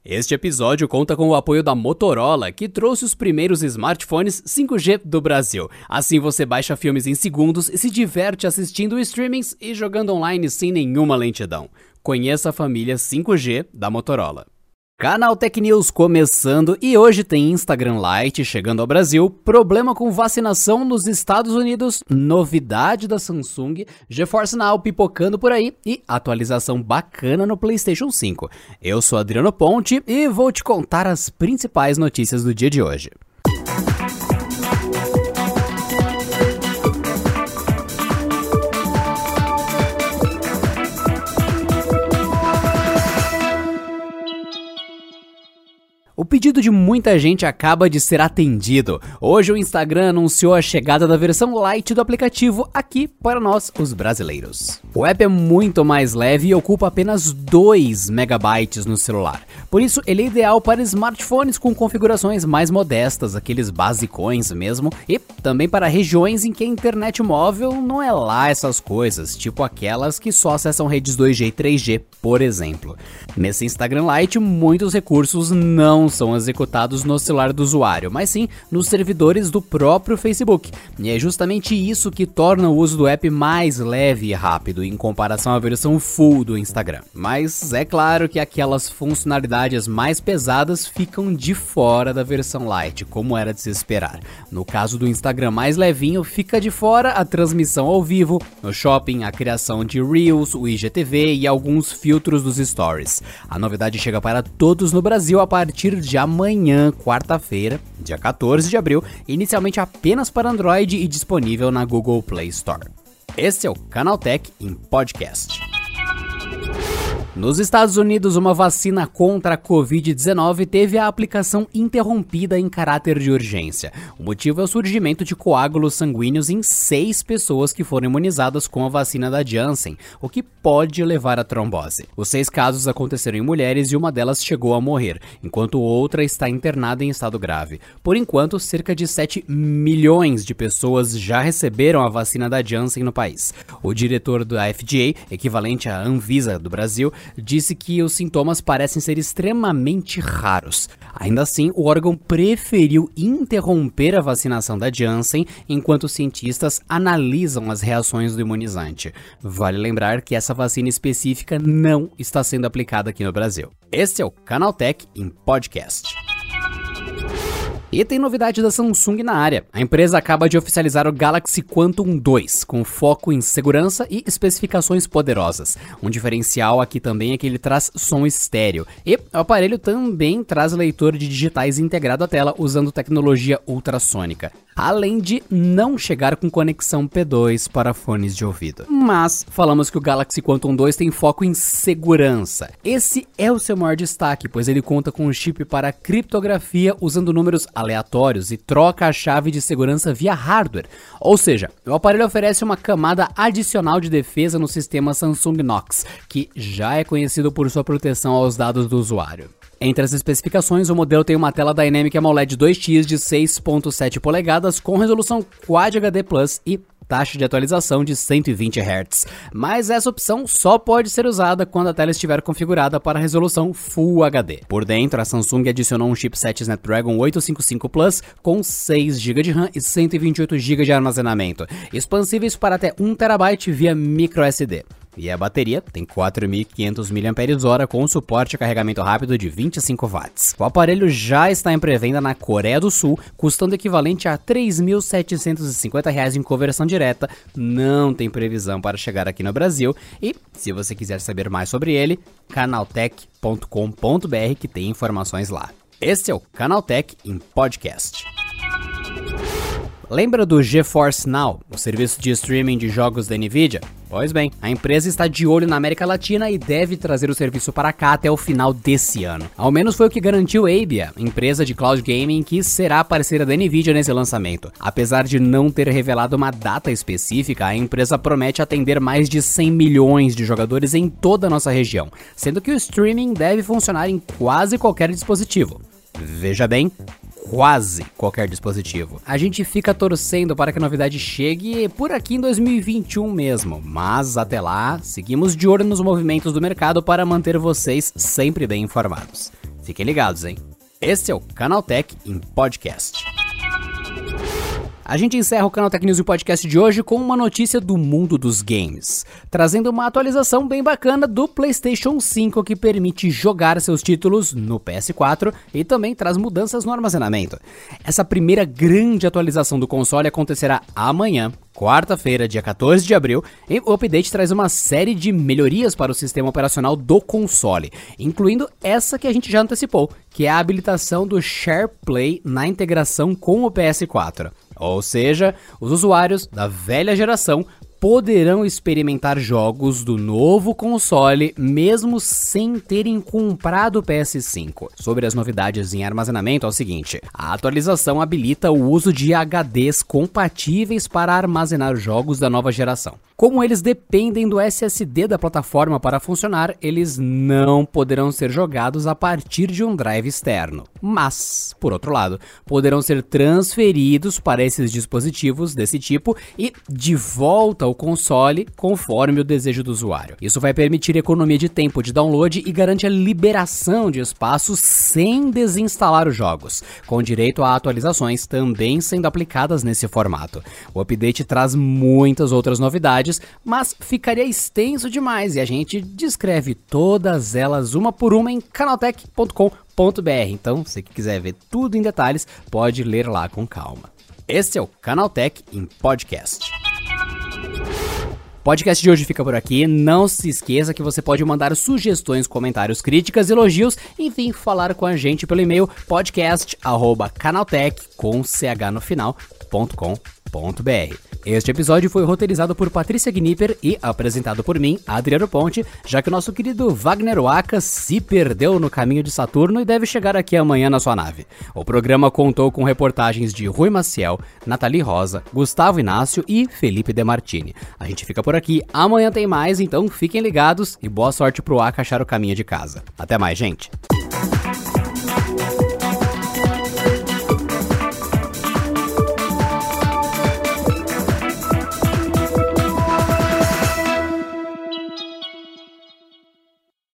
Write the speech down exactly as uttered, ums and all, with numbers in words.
Este episódio conta com o apoio da Motorola, que trouxe os primeiros smartphones cinco G do Brasil. Assim você baixa filmes em segundos e se diverte assistindo streamings e jogando online sem nenhuma lentidão. Conheça a família cinco G da Motorola. Canal Tech News começando e hoje tem Instagram Lite chegando ao Brasil, problema com vacinação nos Estados Unidos, novidade da Samsung, GeForce Now pipocando por aí e atualização bacana no PlayStation cinco. Eu sou Adriano Ponte e vou te contar as principais notícias do dia de hoje. O pedido de muita gente acaba de ser atendido. Hoje o Instagram anunciou a chegada da versão Lite do aplicativo aqui para nós, os brasileiros. O app é muito mais leve e ocupa apenas dois megabytes no celular. Por isso ele é ideal para smartphones com configurações mais modestas, aqueles basicões mesmo, e também para regiões em que a internet móvel não é lá essas coisas, tipo aquelas que só acessam redes dois G e três G, por exemplo. Nesse Instagram Lite, muitos recursos não são executados no celular do usuário, mas sim nos servidores do próprio Facebook. E é justamente isso que torna o uso do app mais leve e rápido em comparação à versão full do Instagram. Mas é claro que aquelas funcionalidades mais pesadas ficam de fora da versão Lite, como era de se esperar. No caso do Instagram mais levinho, fica de fora a transmissão ao vivo, no shopping, a criação de Reels, o I G T V e alguns filtros dos Stories. A novidade chega para todos no Brasil a partir de amanhã, quarta-feira, dia quatorze de abril, inicialmente apenas para Android e disponível na Google Play Store. Esse é o Canaltech em podcast. Nos Estados Unidos, uma vacina contra a covid dezenove teve a aplicação interrompida em caráter de urgência. O motivo é o surgimento de coágulos sanguíneos em seis pessoas que foram imunizadas com a vacina da Janssen, o que pode levar à trombose. Os seis casos aconteceram em mulheres e uma delas chegou a morrer, enquanto outra está internada em estado grave. Por enquanto, cerca de sete milhões de pessoas já receberam a vacina da Janssen no país. O diretor da F D A, equivalente à Anvisa do Brasil, disse que os sintomas parecem ser extremamente raros. Ainda assim, o órgão preferiu interromper a vacinação da Janssen enquanto os cientistas analisam as reações do imunizante. Vale lembrar que essa vacina específica não está sendo aplicada aqui no Brasil. Esse é o Canaltech em podcast. E tem novidade da Samsung na área. A empresa acaba de oficializar o Galaxy Quantum dois, com foco em segurança e especificações poderosas. Um diferencial aqui também é que ele traz som estéreo. E o aparelho também traz leitor de digitais integrado à tela, usando tecnologia ultrassônica. Além de não chegar com conexão P dois para fones de ouvido. Mas falamos que o Galaxy Quantum dois tem foco em segurança. Esse é o seu maior destaque, pois ele conta com um chip para criptografia usando números aleatórios e troca a chave de segurança via hardware. Ou seja, o aparelho oferece uma camada adicional de defesa no sistema Samsung Knox, que já é conhecido por sua proteção aos dados do usuário. Entre as especificações, o modelo tem uma tela Dynamic AMOLED dois X de seis vírgula sete polegadas com resolução Quad H D plus e taxa de atualização de cento e vinte hertz, mas essa opção só pode ser usada quando a tela estiver configurada para resolução Full H D. Por dentro, a Samsung adicionou um chipset Snapdragon oitocentos e cinquenta e cinco Plus com seis gigabytes de RAM e cento e vinte e oito gigabytes de armazenamento, expansíveis para até um terabyte via microSD. E a bateria tem quatro mil e quinhentos miliampères-hora com suporte a carregamento rápido de vinte e cinco watts. O aparelho já está em pré-venda na Coreia do Sul, custando equivalente a três mil setecentos e cinquenta reais em conversão direta. Não tem previsão para chegar aqui no Brasil. E, se você quiser saber mais sobre ele, canaltech ponto com ponto b r que tem informações lá. Esse é o Canaltech em podcast. Lembra do GeForce Now, o serviço de streaming de jogos da Nvidia? Pois bem, a empresa está de olho na América Latina e deve trazer o serviço para cá até o final desse ano. Ao menos foi o que garantiu a Abia, empresa de cloud gaming que será parceira da Nvidia nesse lançamento. Apesar de não ter revelado uma data específica, a empresa promete atender mais de cem milhões de jogadores em toda a nossa região, sendo que o streaming deve funcionar em quase qualquer dispositivo. Veja bem, quase qualquer dispositivo. A gente fica torcendo para que a novidade chegue por aqui em dois mil e vinte e um mesmo, mas até lá, seguimos de olho nos movimentos do mercado para manter vocês sempre bem informados. Fiquem ligados, hein? Esse é o Canaltech em podcast. A gente encerra o Canaltech News e o podcast de hoje com uma notícia do mundo dos games, trazendo uma atualização bem bacana do PlayStation cinco que permite jogar seus títulos no P S quatro e também traz mudanças no armazenamento. Essa primeira grande atualização do console acontecerá amanhã, quarta-feira, dia quatorze de abril, e o update traz uma série de melhorias para o sistema operacional do console, incluindo essa que a gente já antecipou, que é a habilitação do SharePlay na integração com o P S quatro. Ou seja, os usuários da velha geração poderão experimentar jogos do novo console mesmo sem terem comprado o P S cinco. Sobre as novidades em armazenamento é o seguinte: a atualização habilita o uso de H Ds compatíveis para armazenar jogos da nova geração. Como eles dependem do S S D da plataforma para funcionar, eles não poderão ser jogados a partir de um drive externo. Mas, por outro lado, poderão ser transferidos para esses dispositivos desse tipo e de volta ao console conforme o desejo do usuário. Isso vai permitir economia de tempo de download e garante a liberação de espaço sem desinstalar os jogos, com direito a atualizações também sendo aplicadas nesse formato. O update traz muitas outras novidades, mas ficaria extenso demais e a gente descreve todas elas uma por uma em canaltech ponto com ponto b r. Então, se quiser ver tudo em detalhes, pode ler lá com calma. Esse é o Canaltech em podcast. O podcast de hoje fica por aqui. Não se esqueça que você pode mandar sugestões, comentários, críticas, elogios, enfim, falar com a gente pelo e-mail podcast arroba canaltech com ch no final ponto com ponto b r. Este episódio foi roteirizado por Patrícia Gnipper e apresentado por mim, Adriano Ponte, já que o nosso querido Wagner Waka se perdeu no caminho de Saturno e deve chegar aqui amanhã na sua nave. O programa contou com reportagens de Rui Maciel, Nathalie Rosa, Gustavo Inácio e Felipe Demartini. A gente fica por aqui, amanhã tem mais, então fiquem ligados e boa sorte pro Waka achar o caminho de casa. Até mais, gente!